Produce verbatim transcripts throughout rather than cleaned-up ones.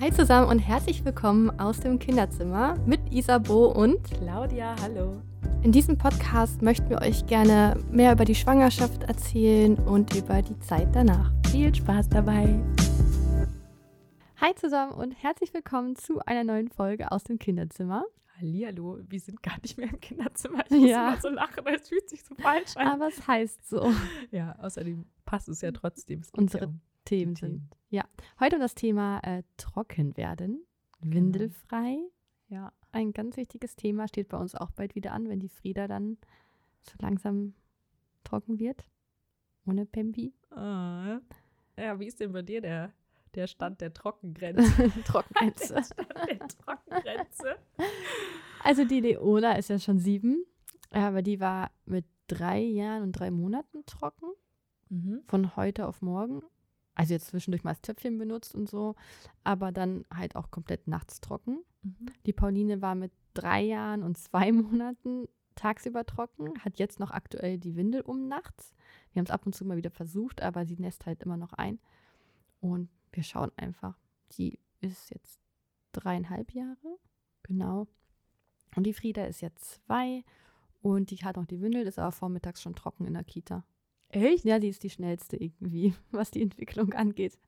Hi zusammen und herzlich willkommen aus dem Kinderzimmer mit Isabeau und Claudia, hallo. In diesem Podcast möchten wir euch gerne mehr über die Schwangerschaft erzählen und über die Zeit danach. Viel Spaß dabei. Hi zusammen und herzlich willkommen zu einer neuen Folge aus dem Kinderzimmer. Hallihallo, wir sind gar nicht mehr im Kinderzimmer. Ich muss Ja. immer so lachen, weil es fühlt sich so falsch an. Aber es heißt so. Ja, außerdem passt es ja trotzdem. Es geht Unsere ja um Themen die sind. Themen. Ja, heute um das Thema äh, trocken werden, windelfrei. Ja. Ein ganz wichtiges Thema, steht bei uns auch bald wieder an, wenn die Frieda dann so langsam trocken wird. Ohne Pembi. Ah. Ja, wie ist denn bei dir der, der Stand der Trockengrenze? Trockengrenze. Der Stand der Trockengrenze. Also die Leona ist ja schon sieben, aber die war mit drei Jahren und drei Monaten trocken, Mhm. von heute auf morgen. Also jetzt zwischendurch mal das Töpfchen benutzt und so, aber dann halt auch komplett nachts trocken. Mhm. Die Pauline war mit drei Jahren und zwei Monaten tagsüber trocken, hat jetzt noch aktuell die Windel um nachts. Wir haben es ab und zu mal wieder versucht, aber sie nässt halt immer noch ein. Und wir schauen einfach. Die ist jetzt dreieinhalb Jahre, genau. Und die Frieda ist jetzt zwei und die hat noch die Windel, ist aber vormittags schon trocken in der Kita. Echt? Ja, die ist die schnellste irgendwie, was die Entwicklung angeht.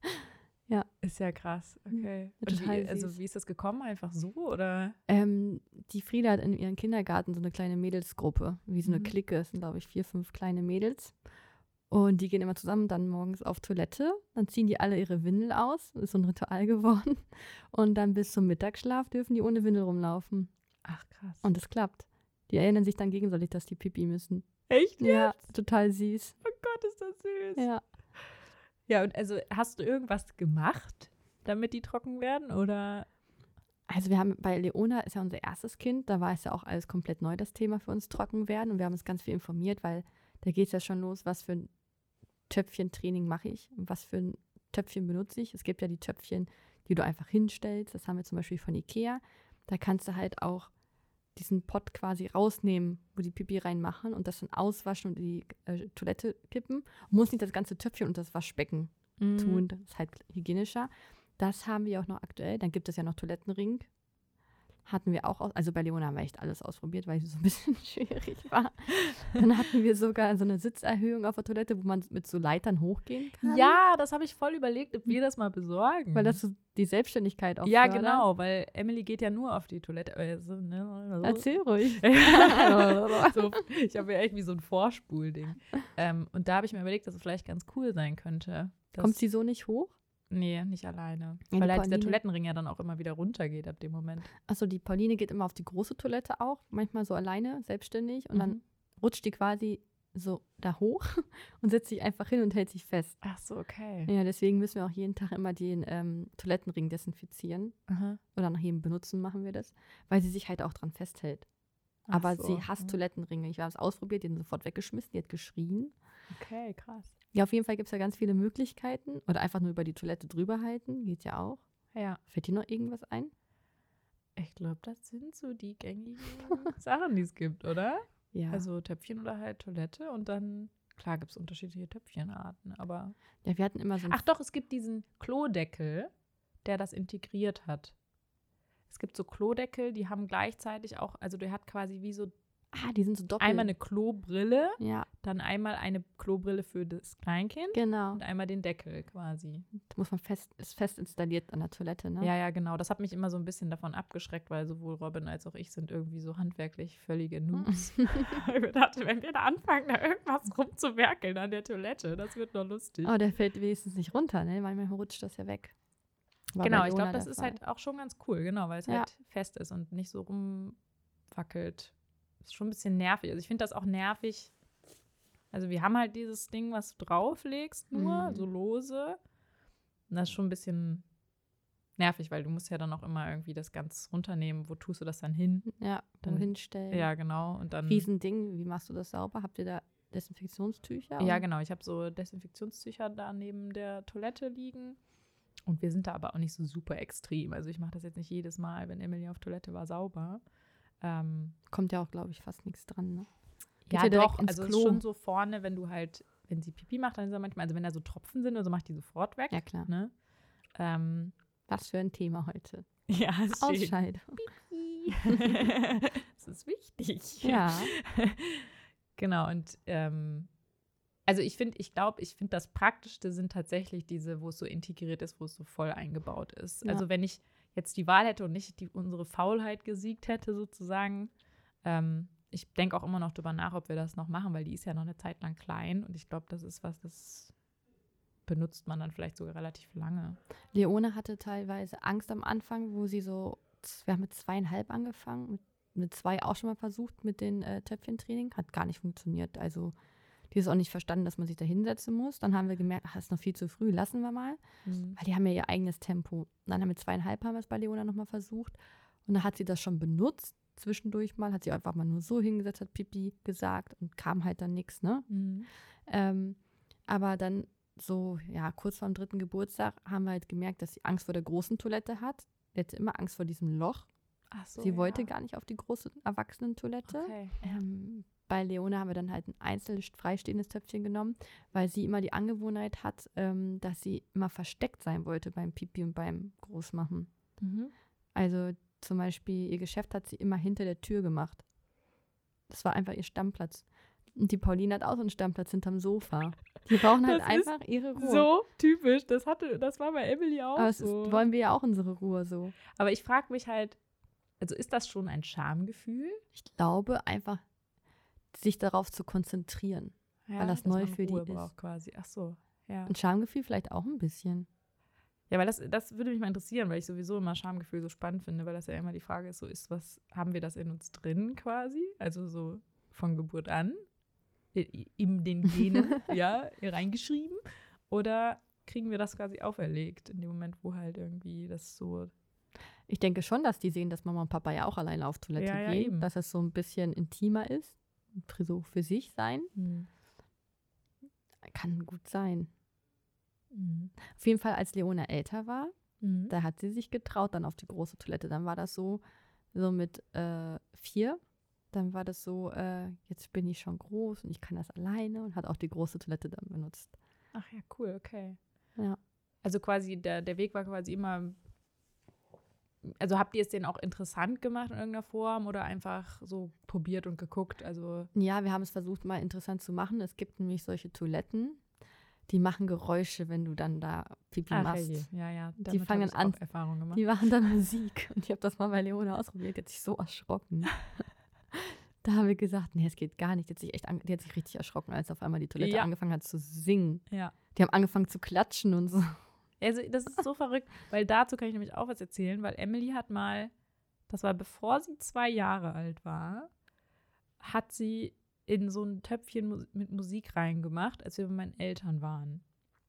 Ist ja krass. Okay. Ja, Und total wie, also süß. wie ist das gekommen? Einfach so, oder? Ähm, die Frieda hat in ihrem Kindergarten so eine kleine Mädelsgruppe, wie so eine Mhm. Clique. Es sind, glaube ich, vier, fünf kleine Mädels. Und die gehen immer zusammen dann morgens auf Toilette. Dann ziehen die alle ihre Windel aus. Das ist so ein Ritual geworden. Und dann bis zum Mittagsschlaf dürfen die ohne Windel rumlaufen. Ach, krass. Und es klappt. Die erinnern sich dann gegenseitig, dass die Pipi müssen. Echt? Ja, total süß. Oh Gott, ist das süß. Ja. Ja, und also hast du irgendwas gemacht, damit die trocken werden, oder? Also wir haben bei Leona, ist ja unser erstes Kind, da war es ja auch alles komplett neu, das Thema für uns trocken werden. Und wir haben uns ganz viel informiert, weil da geht es ja schon los, was für ein Töpfchentraining mache ich und was für ein Töpfchen benutze ich. Es gibt ja die Töpfchen, die du einfach hinstellst. Das haben wir zum Beispiel von Ikea. Da kannst du halt auch diesen Pott quasi rausnehmen, wo die Pipi reinmachen und das dann auswaschen und in die äh, Toilette kippen. Und musst nicht das ganze Töpfchen unter das Waschbecken tun. Das ist halt hygienischer. Das haben wir auch noch aktuell. Dann gibt es ja noch Toilettenring. Hatten wir auch, aus, also bei Leona haben wir echt alles ausprobiert, weil es so ein bisschen schwierig war. Dann hatten wir sogar so eine Sitzerhöhung auf der Toilette, wo man mit so Leitern hochgehen kann. Ja, das habe ich voll überlegt, ob wir das mal besorgen. Weil das so die Selbstständigkeit auch Ja, fördert. genau, weil Emily geht ja nur auf die Toilette. Also, ne, Erzähl ruhig. so, ich habe ja echt wie so ein Vorspulding. Ähm, und da habe ich mir überlegt, dass es vielleicht ganz cool sein könnte. dass- Kommt sie so nicht hoch? Nee, nicht alleine. Ja, die weil halt dieser Pauline- Toilettenring ja dann auch immer wieder runtergeht ab dem Moment. Achso, die Pauline geht immer auf die große Toilette auch, manchmal so alleine, selbstständig. Und dann Mhm. rutscht die quasi so da hoch und setzt sich einfach hin und hält sich fest. Ach so, okay. Ja, deswegen müssen wir auch jeden Tag immer den ähm, Toilettenring desinfizieren. Aha. Oder nach jedem Benutzen machen wir das, weil sie sich halt auch dran festhält. Aber Ach so, sie hasst ja. Toilettenringe. Ich habe es ausprobiert, die haben sofort weggeschmissen, die hat geschrien. Okay, krass. Ja, auf jeden Fall gibt es ja ganz viele Möglichkeiten. Oder einfach nur über die Toilette drüber halten, geht ja auch. Ja, Fällt dir noch irgendwas ein? ich glaube, das sind so die gängigen Sachen, die es gibt, oder? Ja. Also Töpfchen oder halt Toilette und dann, klar gibt es unterschiedliche Töpfchenarten, aber. ja, wir hatten immer so ein Ach doch, es gibt diesen Klodeckel, der das integriert hat. Es gibt so Klodeckel, die haben gleichzeitig auch, also der hat quasi wie so Ah, die sind so doppelt. einmal eine Klobrille, Ja, dann einmal eine Klobrille für das Kleinkind genau. und einmal den Deckel quasi. Das muss man fest, ist fest installiert an der Toilette, ne? Ja, ja, genau. Das hat mich immer so ein bisschen davon abgeschreckt, weil sowohl Robin als auch ich sind irgendwie so handwerklich völlige Noobs. Ich mir dachte, wenn wir da anfangen, da irgendwas rumzuwerkeln an der Toilette, das wird noch lustig. Aber der fällt wenigstens nicht runter, ne? Manchmal rutscht das ja weg. War Genau, bei ich Leona glaube, das der ist Fall. halt auch schon ganz cool, genau, weil es Ja. halt fest ist und nicht so rumwackelt. Ist schon ein bisschen nervig. Also ich finde das auch nervig. Also wir haben halt dieses Ding, was du drauflegst nur, Mhm. so lose. Und das ist schon ein bisschen nervig, weil du musst ja dann auch immer irgendwie das ganz runternehmen. Wo tust du das dann hin? Ja, Dann- wo hinstellen. Ja, genau. Und dann. Riesending, wie machst du das sauber? Habt ihr da Desinfektionstücher? Ja, Und- genau. Ich habe so Desinfektionstücher da neben der Toilette liegen. Und wir sind da aber auch nicht so super extrem. Also ich mache das jetzt nicht jedes Mal, wenn Emily auf Toilette war, sauber. Ähm, Kommt ja auch, glaube ich, fast nichts dran, ne? Geht ja, ihr direkt doch. ins Also es Klo? ist schon so vorne, wenn du halt, wenn sie Pipi macht, dann ist er manchmal, also wenn da so Tropfen sind oder so, macht die sofort weg. Ja, klar. Ne? Ähm, Was für ein Thema heute. Ja, es steht. Ausscheidung. Das ist wichtig. Ja. Genau, und ähm, also ich finde, ich glaube, ich finde, das Praktischste sind tatsächlich diese, wo es so integriert ist, wo es so voll eingebaut ist. Ja. Also wenn ich jetzt die Wahl hätte und nicht die, unsere Faulheit gesiegt hätte sozusagen, ähm, ich denke auch immer noch drüber nach, ob wir das noch machen, weil die ist ja noch eine Zeit lang klein und ich glaube, das ist was, das benutzt man dann vielleicht sogar relativ lange. Leone hatte teilweise Angst am Anfang, wo sie so, wir haben mit zweieinhalb angefangen, mit, mit zwei auch schon mal versucht mit den äh, Töpfchentraining, hat gar nicht funktioniert. Also die ist auch nicht verstanden, dass man sich da hinsetzen muss. Dann haben wir gemerkt, ach, das ist noch viel zu früh, lassen wir mal, Mhm. weil die haben ja ihr eigenes Tempo. Dann haben wir zweieinhalb haben wir es bei Leona nochmal versucht und da hat sie das schon benutzt. Zwischendurch mal hat sie einfach mal nur so hingesetzt, hat Pipi gesagt und kam halt dann nichts, ne? Mhm. Ähm, aber dann so, ja, kurz vor dem dritten Geburtstag haben wir halt gemerkt, dass sie Angst vor der großen Toilette hat. Sie hatte immer Angst vor diesem Loch. Ach so, sie ja. wollte gar nicht auf die große Erwachsenentoilette. Okay. Ähm, bei Leona haben wir dann halt ein einzeln freistehendes Töpfchen genommen, weil sie immer die Angewohnheit hat, ähm, dass sie immer versteckt sein wollte beim Pipi und beim Großmachen. Mhm. Also zum Beispiel ihr Geschäft hat sie immer hinter der Tür gemacht. Das war einfach ihr Stammplatz. Und die Pauline hat auch so einen Stammplatz hinterm Sofa. Die brauchen halt Das ist einfach ihre Ruhe. So typisch, das hatte, das war bei Emily auch Aber es so. ist, wollen wir ja auch unsere Ruhe so. Aber ich frage mich halt, also ist das schon ein Schamgefühl? Ich glaube einfach, sich darauf zu konzentrieren. Ja, Weil das dass neu man für die Ruhe ist. braucht quasi. Ach so, ja. Ein Schamgefühl vielleicht auch ein bisschen. Ja, weil das, das würde mich mal interessieren, weil ich sowieso immer Schamgefühl so spannend finde, weil das ja immer die Frage ist, so ist, was haben wir das in uns drin quasi? Also so von Geburt an, in, in den Genen, ja, reingeschrieben? Oder kriegen wir das quasi auferlegt in dem Moment, wo halt irgendwie das so. Ich denke schon, dass die sehen, dass Mama und Papa ja auch alleine auf Toilette Ja, ja, gehen. eben. Dass es so ein bisschen intimer ist. So für sich sein. Hm. Kann gut sein. Mhm. Auf jeden Fall, als Leona älter war, Mhm. da hat sie sich getraut dann auf die große Toilette. Dann war das so, so mit äh, vier. Dann war das so, äh, jetzt bin ich schon groß und ich kann das alleine und hat auch die große Toilette dann benutzt. Ach ja, cool, okay. Ja. Also quasi, der, der Weg war quasi immer, also habt ihr es denn auch interessant gemacht in irgendeiner Form oder einfach so probiert und geguckt? Also Ja, wir haben es versucht, mal interessant zu machen. Es gibt nämlich solche Toiletten, die machen Geräusche, wenn du dann da Pipi ach, machst. hey, ja, ja. Die damit fangen hab ich an- auch Erfahrung gemacht. Die machen dann Musik. Und ich habe das mal bei Leona ausprobiert. Die hat sich so erschrocken. Da haben wir gesagt, nee, es geht gar nicht. Die hat sich echt an, die hat sich richtig erschrocken, als auf einmal die Toilette Ja. angefangen hat zu singen. Ja. Die haben angefangen zu klatschen und so. Also das ist so verrückt, weil dazu kann ich nämlich auch was erzählen, weil Emily hat mal, das war bevor sie zwei Jahre alt war, hat sie in so ein Töpfchen Mus- mit Musik reingemacht, als wir bei meinen Eltern waren.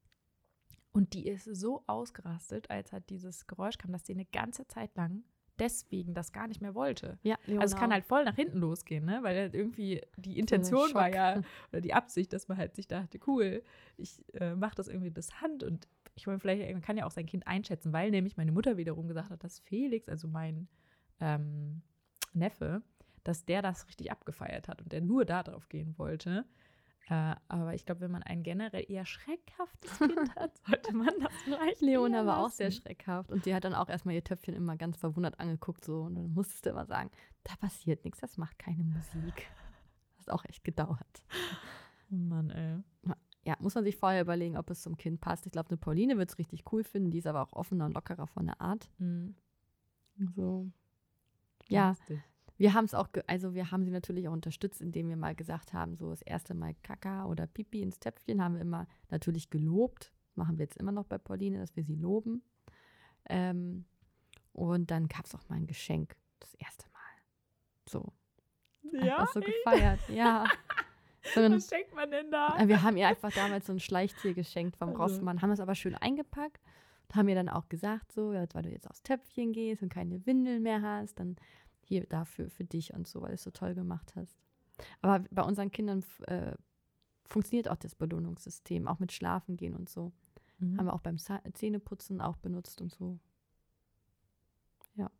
Und die ist so ausgerastet, als halt dieses Geräusch kam, dass sie eine ganze Zeit lang deswegen das gar nicht mehr wollte. Ja, Leona Also es kann auch. halt voll nach hinten losgehen, ne? Weil halt irgendwie die Intention war Schock. ja, oder die Absicht, dass man halt sich dachte, cool, ich äh, mache das irgendwie das Hand und ich meine, vielleicht, man kann ja auch sein Kind einschätzen, weil nämlich meine Mutter wiederum gesagt hat, dass Felix, also mein ähm, Neffe, dass der das richtig abgefeiert hat und der nur da drauf gehen wollte. Äh, aber ich glaube, wenn man ein generell eher schreckhaftes Kind hat, sollte man das vielleicht Leona eher war auch sehr lassen. schreckhaft. Und die hat dann auch erstmal ihr Töpfchen immer ganz verwundert angeguckt. So. Und dann musstest du immer sagen, da passiert nichts, das macht keine Musik. Das hat auch echt gedauert. Oh Mann, ey. Ja, muss man sich vorher überlegen, ob es zum Kind passt. Ich glaube, eine Pauline wird es richtig cool finden. Die ist aber auch offener und lockerer von der Art. Mhm. So. Ja, Lustig. wir haben es auch, ge- also wir haben sie natürlich auch unterstützt, indem wir mal gesagt haben, so das erste Mal Kaka oder Pipi ins Töpfchen haben wir immer natürlich gelobt. Machen wir jetzt immer noch bei Pauline, dass wir sie loben. Ähm, und dann gab es auch mal ein Geschenk, das erste Mal. So, Ja, einfach so echt? gefeiert. Ja. So ein, Was schenkt man denn da? äh, wir haben ihr einfach damals so ein Schleichtier geschenkt vom Also. Rossmann, haben es aber schön eingepackt und haben ihr dann auch gesagt, so, ja, weil du jetzt aufs Töpfchen gehst und keine Windeln mehr hast, dann hier dafür für dich und so, weil du es so toll gemacht hast. Aber bei unseren Kindern f- äh, funktioniert auch das Belohnungssystem, auch mit Schlafen gehen und so. Mhm. Haben wir auch beim Za- Zähneputzen auch benutzt und so. Ja.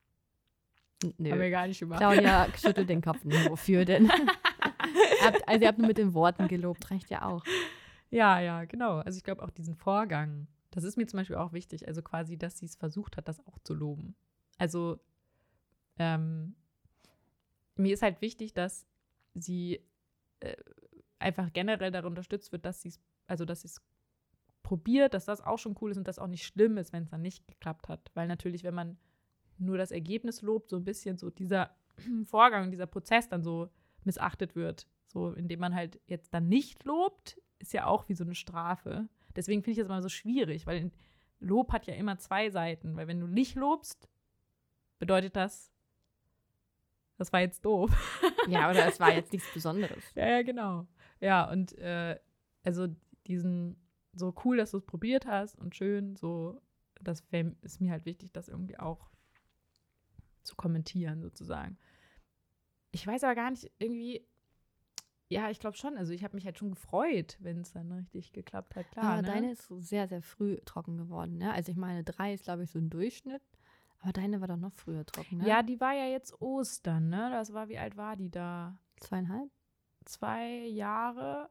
N- Nö. Haben wir gar nicht gemacht. Claudia schüttelt den Kopf. Nee, wofür denn? Ihr habt, also ihr habt nur mit den Worten gelobt, reicht ja auch. Ja, ja, genau. Also ich glaube auch diesen Vorgang das ist mir zum Beispiel auch wichtig, also quasi, dass sie es versucht hat, das auch zu loben. Also ähm, mir ist halt wichtig, dass sie äh, einfach generell darin unterstützt wird, dass sie es, also dass sie es probiert, dass das auch schon cool ist und das auch nicht schlimm ist, wenn es dann nicht geklappt hat. Weil natürlich, wenn man nur das Ergebnis lobt, so ein bisschen so dieser Vorgang, dieser Prozess dann so missachtet wird. So, indem man halt jetzt dann nicht lobt, ist ja auch wie so eine Strafe. Deswegen finde ich das immer so schwierig, weil Lob hat ja immer zwei Seiten. Weil wenn du nicht lobst, bedeutet das, das war jetzt doof. Ja, oder es war jetzt nichts Besonderes. Ja, ja, genau. Ja, und äh, also diesen, so cool, dass du es probiert hast und schön, so, das ist mir halt wichtig, das irgendwie auch zu kommentieren, sozusagen. Ich weiß aber gar nicht, irgendwie, ja, ich glaube schon, also ich habe mich halt schon gefreut, wenn es dann richtig geklappt hat, klar. Aber ne? deine ist so sehr, sehr früh trocken geworden, ne? Also ich meine, drei ist, glaube ich, so ein Durchschnitt, aber deine war doch noch früher trocken, ne? Ja, die war ja jetzt Ostern, ne? Das war, wie alt war die da? Zweieinhalb? Zwei Jahre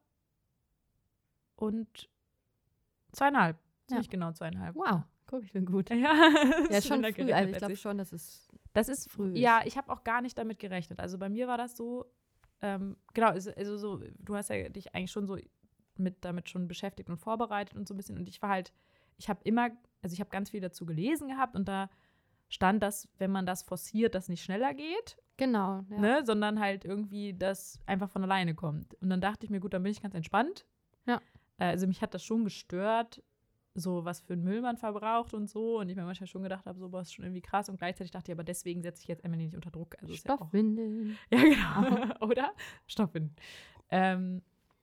und zweieinhalb. Ziemlich Ja. genau zweieinhalb. Wow, guck, ich bin gut. Ja, Ja, schon früh, also ich glaube schon, dass es Das ist früh ist. Ja, ich habe auch gar nicht damit gerechnet. Also bei mir war das so, ähm, genau, also, also so, du hast ja dich eigentlich schon so mit damit schon beschäftigt und vorbereitet und so ein bisschen. Und ich war halt, ich habe immer, also ich habe ganz viel dazu gelesen gehabt und da stand, dass, wenn man das forciert, das nicht schneller geht, Genau, ja. ne, sondern halt irgendwie das einfach von alleine kommt. Und dann dachte ich mir, gut, dann bin ich ganz entspannt. Ja. Äh, also mich hat das schon gestört, so was für einen Müll man verbraucht und so. Und ich mir manchmal schon gedacht habe, so was ist schon irgendwie krass. Und gleichzeitig dachte ich, aber deswegen setze ich jetzt Emily nicht unter Druck. Also ist ja auch, Stoffwindeln. ja, genau. Oder? Stoffwindeln. Ähm,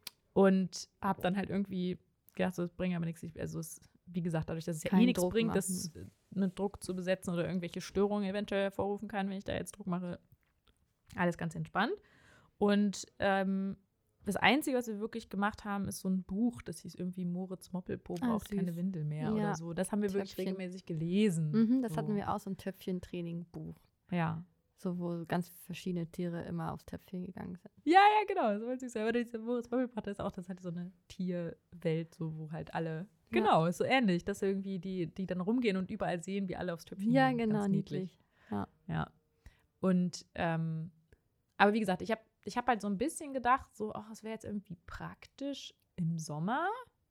und habe dann halt irgendwie gedacht, so, das bringt aber nichts. Ich- Also es, wie gesagt, dadurch, dass es ja Kein eh nichts Druck bringt, das äh, mit Druck zu besetzen oder irgendwelche Störungen eventuell hervorrufen kann, wenn ich da jetzt Druck mache. Alles ganz entspannt. Und ähm, das Einzige, was wir wirklich gemacht haben, ist so ein Buch, das hieß irgendwie Moritz Moppelpo Ah, braucht süß. keine Windel mehr Ja. oder so. Das haben wir wirklich Töpfchen. regelmäßig gelesen. Mhm, das so. hatten wir auch, so ein Töpfchen-Training-Buch. Ja. So, wo ganz verschiedene Tiere immer aufs Töpfchen gegangen sind. Ja, ja, genau. So wollte ich sagen. Aber dieser Moritz Moppelpo ist auch, das ist halt so eine Tierwelt, so, wo halt alle, genau, ist so ähnlich, dass irgendwie die, die dann rumgehen und überall sehen, wie alle aufs Töpfchen Ja, gehen. genau, Ganz niedlich. Ja. Ja. Und, ähm, aber wie gesagt, ich habe ich hab halt so ein bisschen gedacht, so, ach, es wäre jetzt irgendwie praktisch im Sommer,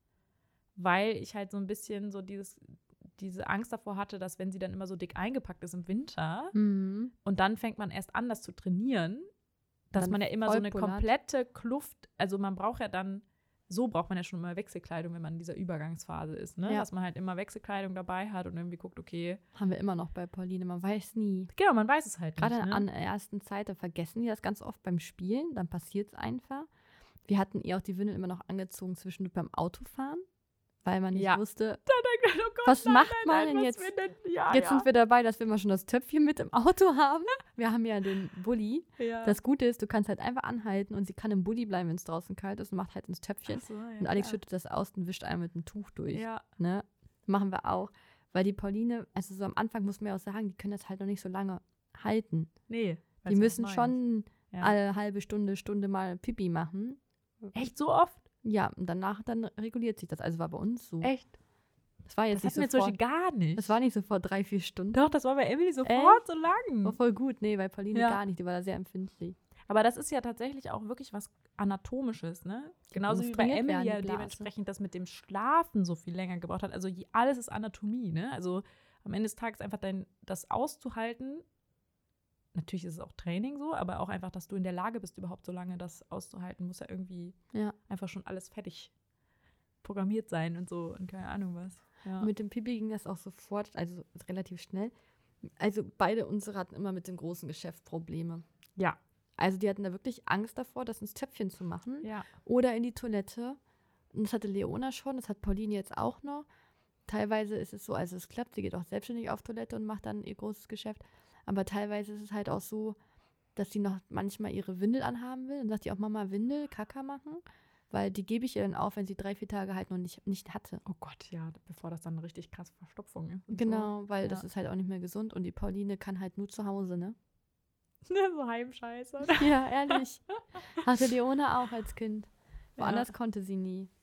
weil ich halt so ein bisschen so dieses, diese Angst davor hatte, dass wenn sie dann immer so dick eingepackt ist im Winter Mhm. und dann fängt man erst an, das zu trainieren, dass Dann man ja immer so eine vollpullert. komplette Kluft, also man braucht ja dann, so braucht man ja schon immer Wechselkleidung, wenn man in dieser Übergangsphase ist, ne? Ja. Dass man halt immer Wechselkleidung dabei hat und irgendwie guckt, okay, Haben wir immer noch bei Pauline, man weiß nie. genau, man weiß es halt Gerade nicht, ne? an der ersten Zeit, da vergessen die das ganz oft beim Spielen, dann passiert es einfach. Wir hatten ihr auch die Windel immer noch angezogen zwischendurch beim Autofahren, weil man nicht Ja. wusste, Oh Gott, was nein, macht nein, man nein, denn was jetzt? wir denn? Ja, Jetzt ja. sind wir dabei, dass wir mal schon das Töpfchen mit im Auto haben. Wir haben ja den Bulli. Ja. Das Gute ist, du kannst halt einfach anhalten und sie kann im Bulli bleiben, wenn es draußen kalt ist und macht halt ins Töpfchen. Ach so, ja, Und Alex klar. schüttet das aus und wischt einmal mit einem Tuch durch. Ja, Ne? Machen wir auch. Weil die Pauline, also so am Anfang muss man ja auch sagen, die können das halt noch nicht so lange halten. nee. Die müssen schon. schon Ja. alle halbe Stunde, Stunde mal Pipi machen. Echt so oft? Ja, und danach dann reguliert sich das. Also war bei uns so. Echt? Das war jetzt Das hatten wir nicht zum Beispiel sofort. gar nicht. Das war nicht sofort drei, vier Stunden. Doch, das war bei Emily sofort so lang. War voll gut. Nee, bei Pauline Ja. gar nicht. Die war da sehr empfindlich. Aber das ist ja tatsächlich auch wirklich was Anatomisches, ne? Genauso muss wie bei trainiert Emily werden, ja die Blase. dementsprechend das mit dem Schlafen so viel länger gebraucht hat. Also je- alles ist Anatomie, ne? Also am Ende des Tages einfach dein, das auszuhalten. Natürlich ist es auch Training so, aber auch einfach, dass du in der Lage bist, überhaupt so lange das auszuhalten, muss ja irgendwie Ja. einfach schon alles fertig programmiert sein und so und keine Ahnung was. Ja. Und mit dem Pipi ging das auch sofort, also relativ schnell. Also beide unsere hatten immer mit dem großen Geschäft Probleme. Ja. Also die hatten da wirklich Angst davor, das ins Töpfchen zu machen Ja. oder in die Toilette. Und das hatte Leona schon, das hat Pauline jetzt auch noch. Teilweise ist es so, also es klappt, sie geht auch selbstständig auf Toilette und macht dann ihr großes Geschäft. Aber teilweise ist es halt auch so, dass sie noch manchmal ihre Windel anhaben will. Und sagt die auch, Mama, Windel, Kaka machen. Weil die gebe ich ihr dann auf, wenn sie drei, vier Tage halt noch nicht, nicht hatte. Oh Gott, ja, bevor das dann eine richtig krasse Verstopfung ist. und Genau, weil Ja. das ist halt auch nicht mehr gesund. Und die Pauline kann halt nur zu Hause, ne? So, so Heimscheiße. Ja, ehrlich. Hatte Leona auch als Kind. Ja. Woanders konnte sie nie.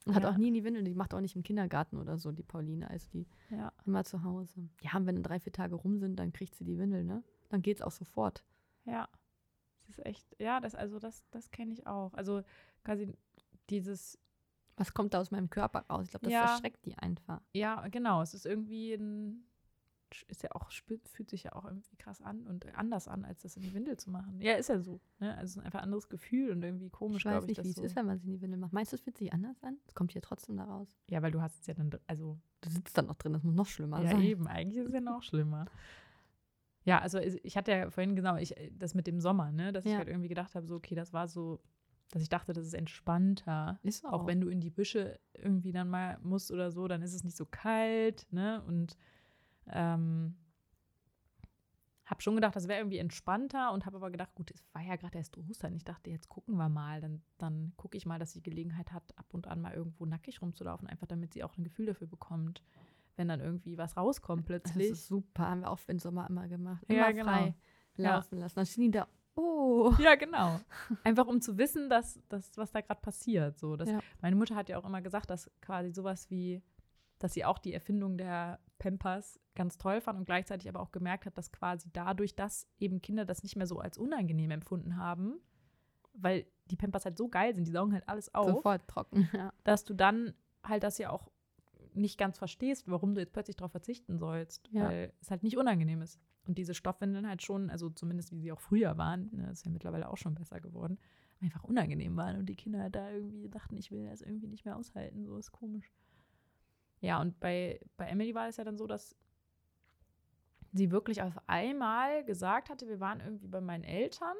Und hat Ja. auch nie in die Windel, die macht auch nicht im Kindergarten oder so, die Pauline, also die Ja. immer zu Hause. Ja, und wenn dann drei, vier Tage rum sind, dann kriegt sie die Windel, ne? Dann geht's auch sofort. Ja. Das ist echt, ja, das, also das, das kenne ich auch. Also quasi dieses, Was kommt da aus meinem Körper raus? Ich glaube, das Ja. erschreckt die einfach. ja, genau, es ist irgendwie ein, ist ja auch, spü- fühlt sich ja auch irgendwie krass an und anders an, als das in die Windel zu machen. Ja, ist ja so. Ne? Also es ist einfach ein anderes Gefühl und irgendwie komisch, Ich weiß glaube ich. nicht, das wie es so. ist, wenn man sie in die Windel macht. Meinst du, es fühlt sich anders an? Es kommt hier trotzdem da raus. Ja, weil du hast es ja dann, dr- also Du sitzt dann noch drin, das muss noch schlimmer ja sein. eben, eigentlich ist es ja noch schlimmer. Ja, also es- ich hatte ja vorhin genau, ich, das mit dem Sommer, ne, dass ich Ja. halt irgendwie gedacht habe, so okay, das war so, dass ich dachte, das ist entspannter. Ist Auch wenn du in die Büsche irgendwie dann mal musst oder so, dann ist es nicht so kalt, ne? Und ähm, habe schon gedacht, das wäre irgendwie entspannter und habe aber gedacht, gut, es war ja gerade erst Ostern. Ich dachte, jetzt gucken wir mal. Dann, dann gucke ich mal, dass sie Gelegenheit hat, ab und an mal irgendwo nackig rumzulaufen, einfach damit sie auch ein Gefühl dafür bekommt, wenn dann irgendwie was rauskommt Das plötzlich. ist super, haben wir auch im Sommer immer gemacht. Ja, Immer genau. frei Ja. laufen lassen. Dann stehen die da, oh. Ja, genau. Einfach um zu wissen, dass, dass was da gerade passiert. So, dass, Ja. Meine Mutter hat ja auch immer gesagt, dass quasi sowas wie, dass sie auch die Erfindung der Pampers ganz toll fand und gleichzeitig aber auch gemerkt hat, dass quasi dadurch, dass eben Kinder das nicht mehr so als unangenehm empfunden haben, weil die Pampers halt so geil sind, die saugen halt alles auf, Sofort trocken. Ja. dass du dann halt das ja auch nicht ganz verstehst, warum du jetzt plötzlich darauf verzichten sollst, Ja. weil es halt nicht unangenehm ist. Und diese Stoffwindeln halt schon, also zumindest wie sie auch früher waren, ne, ist ja mittlerweile auch schon besser geworden, einfach unangenehm waren und die Kinder halt da irgendwie dachten, ich will das irgendwie nicht mehr aushalten, so ist komisch. Ja, und bei, bei Emily war es ja dann so, dass sie wirklich auf einmal gesagt hatte, wir waren irgendwie bei meinen Eltern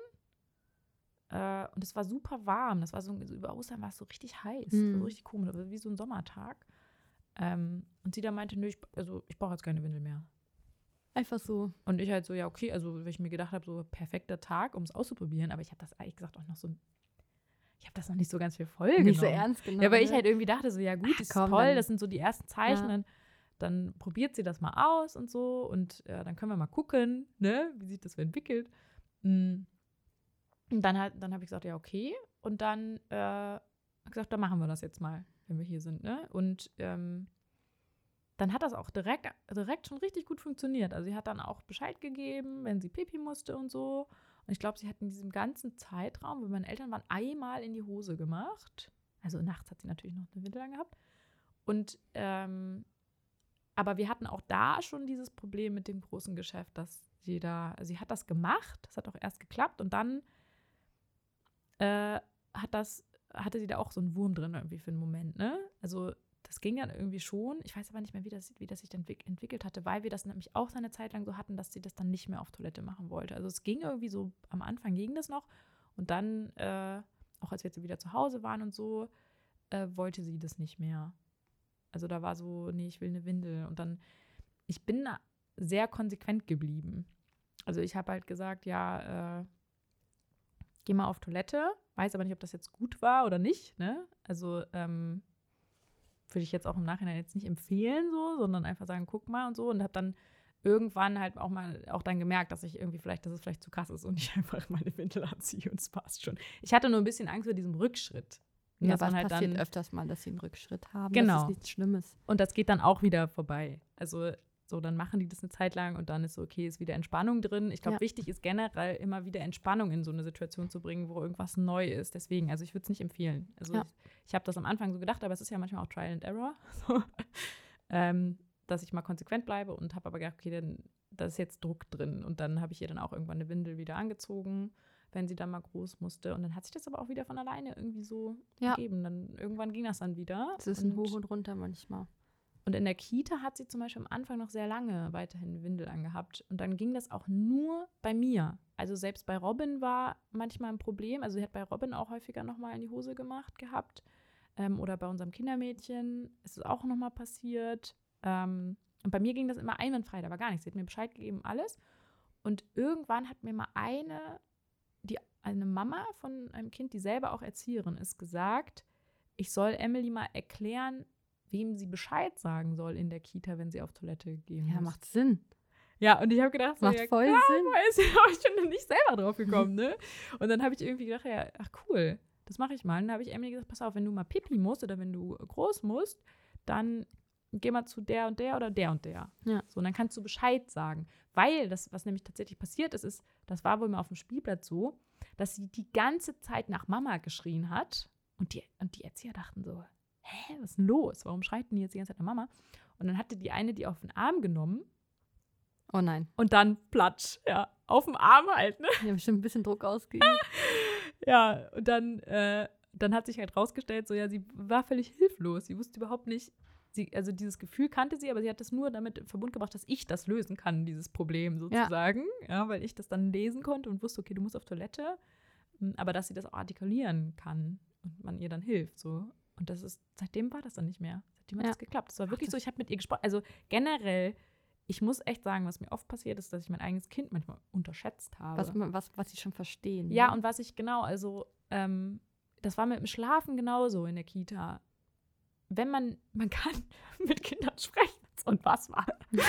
äh, und es war super warm, das war so, so über Ostern war es so richtig heiß, Mhm. so richtig komisch, also wie so ein Sommertag. Ähm, und sie dann meinte, nö, ich, also ich brauche jetzt keine Windel mehr. Einfach so. Und ich halt so, ja, okay, also weil ich mir gedacht habe, so perfekter Tag, um es auszuprobieren, aber ich habe das ehrlich gesagt auch noch so, ich habe das noch nicht so ganz für voll genommen. Nicht so ernst genommen. Ja, weil ich ne? halt irgendwie dachte, so, ja gut, Ach, das ist komm, toll, dann- das sind so die ersten Zeichen, Ja. dann, dann probiert sie das mal aus und so und ja, dann können wir mal gucken, ne, wie sich das so entwickelt. Mm. Und dann, halt, dann habe ich gesagt, ja, okay. Und dann äh, hab ich gesagt, dann machen wir das jetzt mal, wenn wir hier sind, ne? Und ähm, dann hat das auch direkt, direkt schon richtig gut funktioniert. Also sie hat dann auch Bescheid gegeben, wenn sie Pipi musste und so. Und ich glaube, sie hat in diesem ganzen Zeitraum, wo meine Eltern waren, einmal in die Hose gemacht. Also nachts hat sie natürlich noch eine Windel angehabt. Und ähm, aber wir hatten auch da schon dieses Problem mit dem großen Geschäft, dass sie da, also sie hat das gemacht, das hat auch erst geklappt und dann äh, hat das, hatte sie da auch so einen Wurm drin irgendwie für einen Moment, ne? Also das ging dann irgendwie schon. Ich weiß aber nicht mehr, wie das, wie das sich dann entwick- entwickelt hatte, weil wir das nämlich auch so eine Zeit lang so hatten, dass sie das dann nicht mehr auf Toilette machen wollte. Also es ging irgendwie so, am Anfang ging das noch und dann, äh, auch als wir jetzt wieder zu Hause waren und so, äh, wollte sie das nicht mehr. Also da war so, nee, ich will eine Windel. Und dann, ich bin da sehr konsequent geblieben. Also ich habe halt gesagt, ja, äh, geh mal auf Toilette. Weiß aber nicht, ob das jetzt gut war oder nicht, ne? Also, ähm, würde ich jetzt auch im Nachhinein jetzt nicht empfehlen, so, sondern einfach sagen, guck mal und so. Und habe dann irgendwann halt auch mal auch dann gemerkt, dass ich irgendwie vielleicht, dass es vielleicht zu krass ist und ich einfach meine Windel anziehe und es passt schon. Ich hatte nur ein bisschen Angst vor diesem Rückschritt. Und Ja, dass aber es man halt passiert dann, öfters mal, dass sie einen Rückschritt haben. Genau. Das ist nichts Schlimmes. und das geht dann auch wieder vorbei. Also so, dann machen die das eine Zeit lang und dann ist so, okay, ist wieder Entspannung drin. Ich glaube, Ja. wichtig ist generell immer wieder Entspannung in so eine Situation zu bringen, wo irgendwas neu ist. Deswegen, also ich würde es nicht empfehlen. Also Ja. ich, ich habe das am Anfang so gedacht, aber es ist ja manchmal auch Trial and Error, so, ähm, dass ich mal konsequent bleibe und habe aber gedacht, okay, dann, da ist jetzt Druck drin. Und dann habe ich ihr dann auch irgendwann eine Windel wieder angezogen, wenn sie dann mal groß musste. Und dann hat sich das aber auch wieder von alleine irgendwie so Ja. gegeben. Dann irgendwann ging das dann wieder. Es ist ein Und- Hoch und Runter manchmal. und in der Kita hat sie zum Beispiel am Anfang noch sehr lange weiterhin eine Windel angehabt. Und dann ging das auch nur bei mir. Also selbst bei Robin war manchmal ein Problem. Also sie hat bei Robin auch häufiger nochmal in die Hose gemacht gehabt. Ähm, oder bei unserem Kindermädchen ist es auch nochmal passiert. Ähm, und bei mir ging das immer einwandfrei, da war gar nichts. Sie hat mir Bescheid gegeben, alles. Und irgendwann hat mir mal eine, die, eine Mama von einem Kind, die selber auch Erzieherin ist, gesagt, ich soll Emily mal erklären, wem sie Bescheid sagen soll in der Kita, wenn sie auf Toilette gehen Ja, muss. macht Sinn. Ja, und ich habe gedacht, so, Macht ja, voll klar, Sinn. weiß ich, aber ich bin da nicht selber drauf gekommen, ne? Und dann habe ich irgendwie gedacht, ja, ach cool. das mache ich mal. Und dann habe ich Emily gesagt, pass auf, wenn du mal Pipi musst oder wenn du groß musst, dann geh mal zu der und der oder der und der. Ja. So, und dann kannst du Bescheid sagen. Weil das, was nämlich tatsächlich passiert ist, ist, das war wohl mal auf dem Spielplatz so, dass sie die ganze Zeit nach Mama geschrien hat. Und die, und die Erzieher dachten so, hä, was ist denn los? Warum schreit denn die jetzt die ganze Zeit nach Mama? Und dann hatte die eine die auf den Arm genommen. Oh nein. Und dann platsch, ja, auf dem Arm halt, ne? Die haben bestimmt ein bisschen Druck ausgeübt. Ja, und dann, äh, dann hat sich halt rausgestellt, so ja, sie war völlig hilflos. Sie wusste überhaupt nicht, sie, also dieses Gefühl kannte sie, aber sie hat es nur damit in Verbund gebracht, dass ich das lösen kann, dieses Problem sozusagen. Ja. ja, weil ich das dann lesen konnte und wusste, okay, du musst auf Toilette. Aber dass sie das auch artikulieren kann und man ihr dann hilft, so. Und das ist, seitdem war das dann nicht mehr. Seitdem hat Ja. das geklappt. Das war wirklich Ach, so, ich habe mit ihr gesprochen. Also generell, ich muss echt sagen, was mir oft passiert ist, dass ich mein eigenes Kind manchmal unterschätzt habe. Was, was, was sie schon verstehen. Ja, ne? und was ich genau, also ähm, das war mit dem Schlafen genauso in der Kita. Wenn man, man kann mit Kindern sprechen und was war.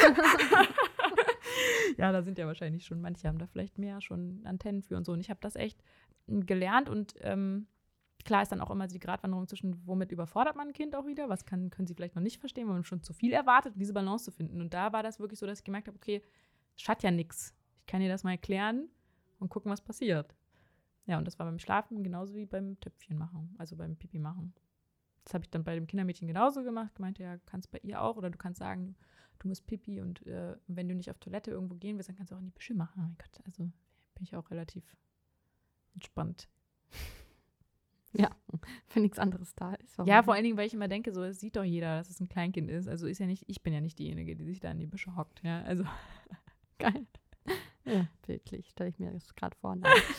Ja, da sind ja wahrscheinlich schon, manche haben da vielleicht mehr schon Antennen für und so. Und ich habe das echt gelernt und ähm, klar ist dann auch immer die Gratwanderung zwischen, womit überfordert man ein Kind auch wieder, was kann, können sie vielleicht noch nicht verstehen, weil man schon zu viel erwartet, diese Balance zu finden. Und da war das wirklich so, dass ich gemerkt habe, okay, es hat ja nichts. Ich kann ihr das mal erklären und gucken, was passiert. Ja, und das war beim Schlafen genauso wie beim Töpfchen machen, also beim Pipi machen. Das habe ich dann bei dem Kindermädchen genauso gemacht. Gemeinte, ja, kannst bei ihr auch. Oder du kannst sagen, du musst Pipi und äh, wenn du nicht auf Toilette irgendwo gehen willst, dann kannst du auch in die Büsche machen. Oh mein Gott, also bin ich auch relativ entspannt. Ja, wenn nichts anderes da ist. Ja, vor allen Dingen, weil ich immer denke, so, es sieht doch jeder, dass es ein Kleinkind ist. Also ist ja nicht, ich bin ja nicht diejenige, die sich da in die Büsche hockt. Ja, also Geil. Ja, bildlich, stelle ich mir das gerade vor.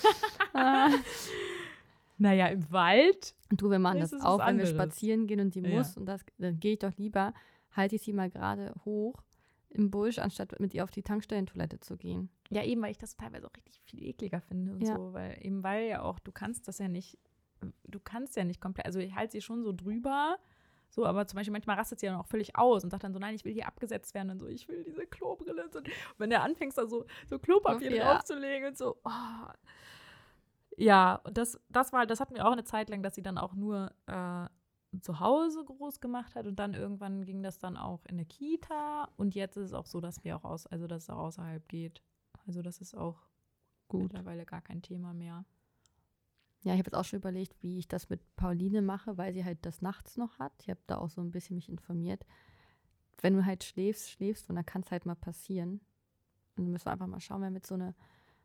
Naja, im Wald. Und du, wir machen Das das ist auch, was wenn wir anderes. spazieren gehen und die Ja. muss. Und das, dann gehe ich doch lieber, halte ich sie mal gerade hoch im Busch, anstatt mit ihr auf die Tankstellentoilette zu gehen. Ja, eben, weil ich das teilweise auch richtig viel ekliger finde und Ja. so. Weil eben, weil ja auch, du kannst das ja nicht, du kannst ja nicht komplett, also ich halte sie schon so drüber, so, aber zum Beispiel manchmal rastet sie dann auch völlig aus und sagt dann so, nein, ich will hier abgesetzt werden und so, ich will diese Klobrille. Und so. Und wenn du anfängst, da so, so Klopapier Ja. draufzulegen und so, oh. Ja, und das, das war, das hatten wir auch eine Zeit lang, dass sie dann auch nur äh, zu Hause groß gemacht hat und dann irgendwann ging das dann auch in der Kita und jetzt ist es auch so, dass wir auch aus, also dass es auch außerhalb geht. Also das ist auch Gut. mittlerweile gar kein Thema mehr. Ja, ich habe jetzt auch schon überlegt, wie ich das mit Pauline mache, weil sie halt das nachts noch hat. Ich habe da auch so ein bisschen mich informiert. Wenn du halt schläfst, schläfst und dann kann es halt mal passieren. Und dann müssen wir einfach mal schauen, wer mit so einer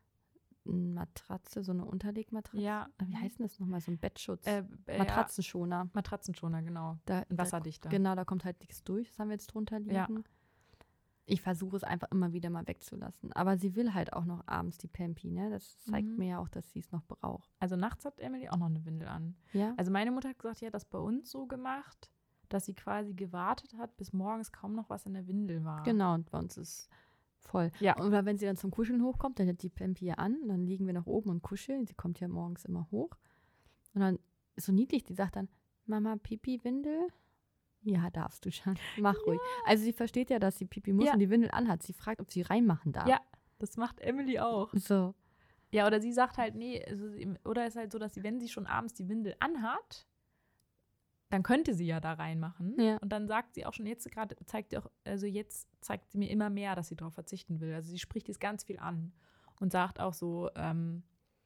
Matratze, so eine Unterlegmatratze. Ja. Wie heißt denn das nochmal? So ein Bettschutz. Äh, äh, Matratzenschoner. Ja, Matratzenschoner, genau. Da, Ein wasserdichter. Da, genau, da kommt halt nichts durch. Das haben wir jetzt drunter liegen. Ja. Ich versuche es einfach immer wieder mal wegzulassen. Aber sie will halt auch noch abends die Pampi, ne? Das zeigt Mhm. mir ja auch, dass sie es noch braucht. Also nachts hat Emily auch noch eine Windel an. Ja? Also meine Mutter hat gesagt, sie hat das bei uns so gemacht, dass sie quasi gewartet hat, bis morgens kaum noch was in der Windel war. Genau, und bei uns ist voll. Ja. Und wenn sie dann zum Kuscheln hochkommt, dann hat die Pampi ja an und dann liegen wir nach oben und kuscheln. Sie kommt ja morgens immer hoch. Und dann ist so niedlich, die sagt dann, Mama, Pipi, Windel? Ja, darfst du schon. Mach ruhig. Also sie versteht ja, dass sie Pipi muss Ja. und die Windel anhat. Sie fragt, ob sie reinmachen darf. Ja, das macht Emily auch. So. Ja, oder sie sagt halt, nee, also, sie- oder ist halt so, dass sie, wenn sie schon abends die Windel anhat, dann könnte sie ja da reinmachen. Ja. Und dann sagt sie auch schon, jetzt gerade zeigt sie auch, also jetzt zeigt sie mir immer mehr, dass sie darauf verzichten will. Also sie spricht jetzt ganz viel an und sagt auch so, ähm,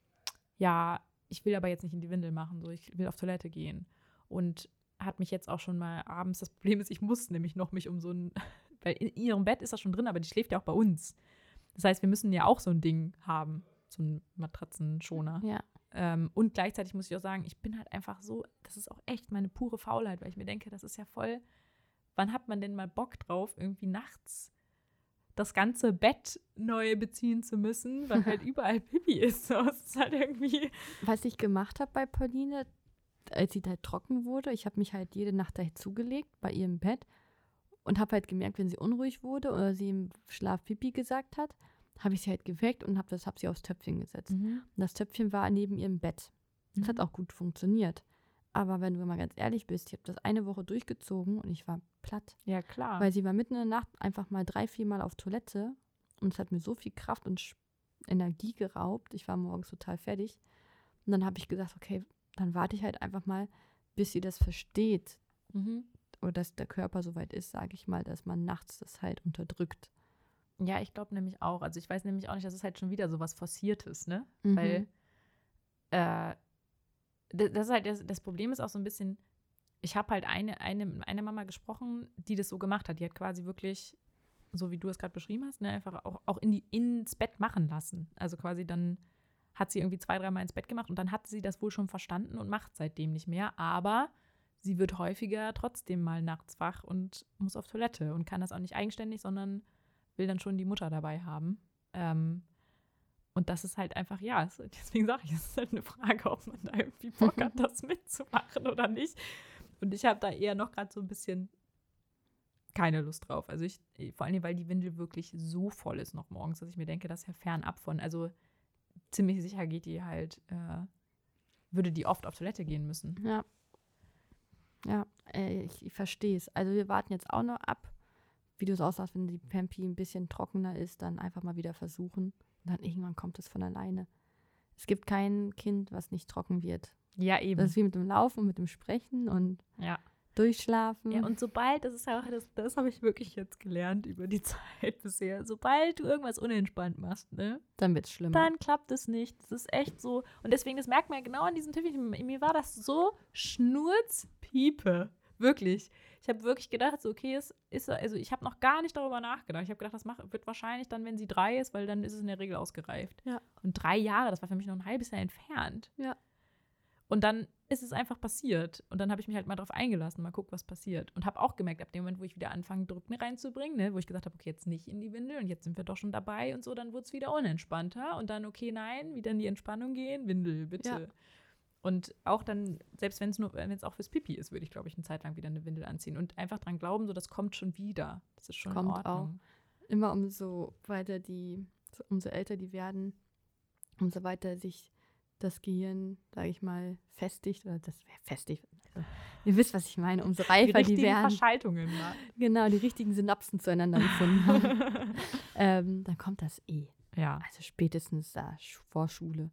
ja, ich will aber jetzt nicht in die Windel machen, so, ich will auf Toilette gehen. Und hat mich jetzt auch schon mal abends, das Problem ist, ich muss nämlich noch mich um so ein, weil in ihrem Bett ist das schon drin, aber die schläft ja auch bei uns. Das heißt, wir müssen ja auch so ein Ding haben, so ein Matratzenschoner. Ja. Ähm, und gleichzeitig muss ich auch sagen, ich bin halt einfach so, das ist auch echt meine pure Faulheit, weil ich mir denke, das ist ja voll, wann hat man denn mal Bock drauf, irgendwie nachts das ganze Bett neu beziehen zu müssen, weil halt überall Pipi ist. So, es ist halt irgendwie. Was ich gemacht habe bei Pauline, als sie da trocken wurde, ich habe mich halt jede Nacht da zugelegt bei ihr im Bett und habe halt gemerkt, wenn sie unruhig wurde oder sie im Schlaf Pipi gesagt hat, habe ich sie halt geweckt und habe das hab sie aufs Töpfchen gesetzt. Mhm. Und das Töpfchen war neben ihrem Bett. Das Mhm. hat auch gut funktioniert. Aber wenn du mal ganz ehrlich bist, ich habe das eine Woche durchgezogen und ich war platt. Ja, klar. Weil sie war mitten in der Nacht einfach mal drei, vier Mal auf Toilette und es hat mir so viel Kraft und Sch- Energie geraubt. Ich war morgens total fertig. Und dann habe ich gesagt, okay, dann warte ich halt einfach mal, bis sie das versteht. Mhm. Oder dass der Körper so weit ist, sage ich mal, dass man nachts das halt unterdrückt. Ja, ich glaube nämlich auch. Also ich weiß nämlich auch nicht, dass es halt schon wieder so was Forciertes, ne? Mhm. Weil äh, das, das ist halt das, das Problem ist auch so ein bisschen, ich habe halt eine, eine, eine Mama gesprochen, die das so gemacht hat. Die hat quasi wirklich, so wie du es gerade beschrieben hast, ne, einfach auch, auch in die, ins Bett machen lassen. Also quasi dann hat sie irgendwie zwei, dreimal ins Bett gemacht und dann hat sie das wohl schon verstanden und macht seitdem nicht mehr. Aber sie wird häufiger trotzdem mal nachts wach und muss auf Toilette und kann das auch nicht eigenständig, sondern will dann schon die Mutter dabei haben. Ähm, und das ist halt einfach, ja, es, deswegen sage ich, es ist halt eine Frage, ob man da irgendwie Bock hat, das mitzumachen oder nicht. Und ich habe da eher noch gerade so ein bisschen keine Lust drauf. Also ich, vor allem, weil die Windel wirklich so voll ist noch morgens, dass ich mir denke, das ist ja fernab von, also ziemlich sicher geht die halt, äh, würde die oft auf Toilette gehen müssen. Ja. Ja, äh, ich, ich verstehe es. Also wir warten jetzt auch noch ab, wie du es aussagst, wenn die Pampi ein bisschen trockener ist, dann einfach mal wieder versuchen. Und dann irgendwann kommt es von alleine. Es gibt kein Kind, was nicht trocken wird. Ja, eben. Das ist wie mit dem Laufen und mit dem Sprechen und ja. Durchschlafen. Ja, und sobald, das ist ja auch, das, das habe ich wirklich jetzt gelernt über die Zeit bisher, sobald du irgendwas unentspannt machst, ne? Dann wird es schlimmer. Dann klappt es nicht. Das ist echt so. Und deswegen, das merkt man ja genau an diesem Töpfchen. Mir war das so Schnurzpiepe. Wirklich. Ich habe wirklich gedacht, so, okay, es ist, also ich habe noch gar nicht darüber nachgedacht. Ich habe gedacht, das macht, wird wahrscheinlich dann, wenn sie drei ist, weil dann ist es in der Regel ausgereift. Ja. Und drei Jahre, das war für mich noch ein halbes Jahr entfernt. Ja. Und dann ist es einfach passiert. Und dann habe ich mich halt mal drauf eingelassen, mal gucken, was passiert. Und habe auch gemerkt, ab dem Moment, wo ich wieder anfange, Drücken reinzubringen, ne, wo ich gesagt habe, okay, jetzt nicht in die Windel und jetzt sind wir doch schon dabei und so, dann wurde es wieder unentspannter. Und dann, okay, nein, wieder in die Entspannung gehen, Windel, bitte. Ja. Und auch dann, selbst wenn es nur, wenn es auch fürs Pipi ist, würde ich, glaube ich, eine Zeit lang wieder eine Windel anziehen. Und einfach dran glauben, so, das kommt schon wieder. Das ist schon Kommt in Ordnung. auch. Immer umso weiter die, umso älter die werden, umso weiter sich das Gehirn, sage ich mal, festigt, oder das festigt, also, ihr wisst, was ich meine, umso reifer die, die werden. Verschaltungen, ja. Genau, die richtigen Synapsen zueinander gefunden haben. ähm, dann kommt das eh. Ja. Also spätestens da, vor Schule.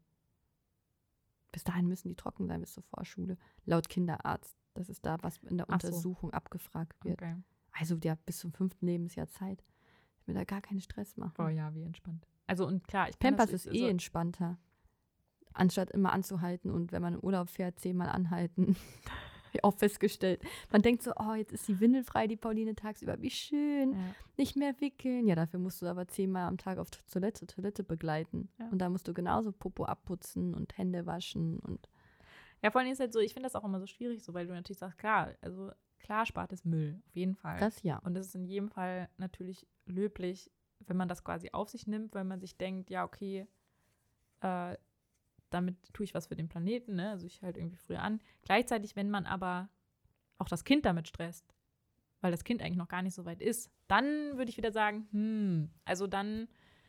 Bis dahin müssen die trocken sein, bis zur Vorschule. Laut Kinderarzt. Das ist da, was in der Ach so. Untersuchung abgefragt wird. Okay. Also der hat bis zum fünften Lebensjahr Zeit. Ich will da gar keinen Stress machen. Oh ja, wie entspannt. Also und klar, ich kann Pampers das, ist also, eh entspannter. Anstatt immer anzuhalten und wenn man in Urlaub fährt, zehnmal anhalten. Hab ich auch festgestellt. Man denkt so, oh, jetzt ist die Windel frei, die Pauline tagsüber, wie schön. Ja. Nicht mehr wickeln. Ja, dafür musst du aber zehnmal am Tag auf Toilette, Toilette begleiten. Ja. Und da musst du genauso Popo abputzen und Hände waschen. Und Ja, vor allem ist halt so, ich finde das auch immer so schwierig, so, weil du natürlich sagst, klar, also klar spart es Müll, auf jeden Fall. das ja. Und es ist in jedem Fall natürlich löblich, wenn man das quasi auf sich nimmt, weil man sich denkt, ja, okay, äh, damit tue ich was für den Planeten, ne? Also ich halte irgendwie früher an. Gleichzeitig, wenn man aber auch das Kind damit stresst, weil das Kind eigentlich noch gar nicht so weit ist, dann würde ich wieder sagen, hm, also dann,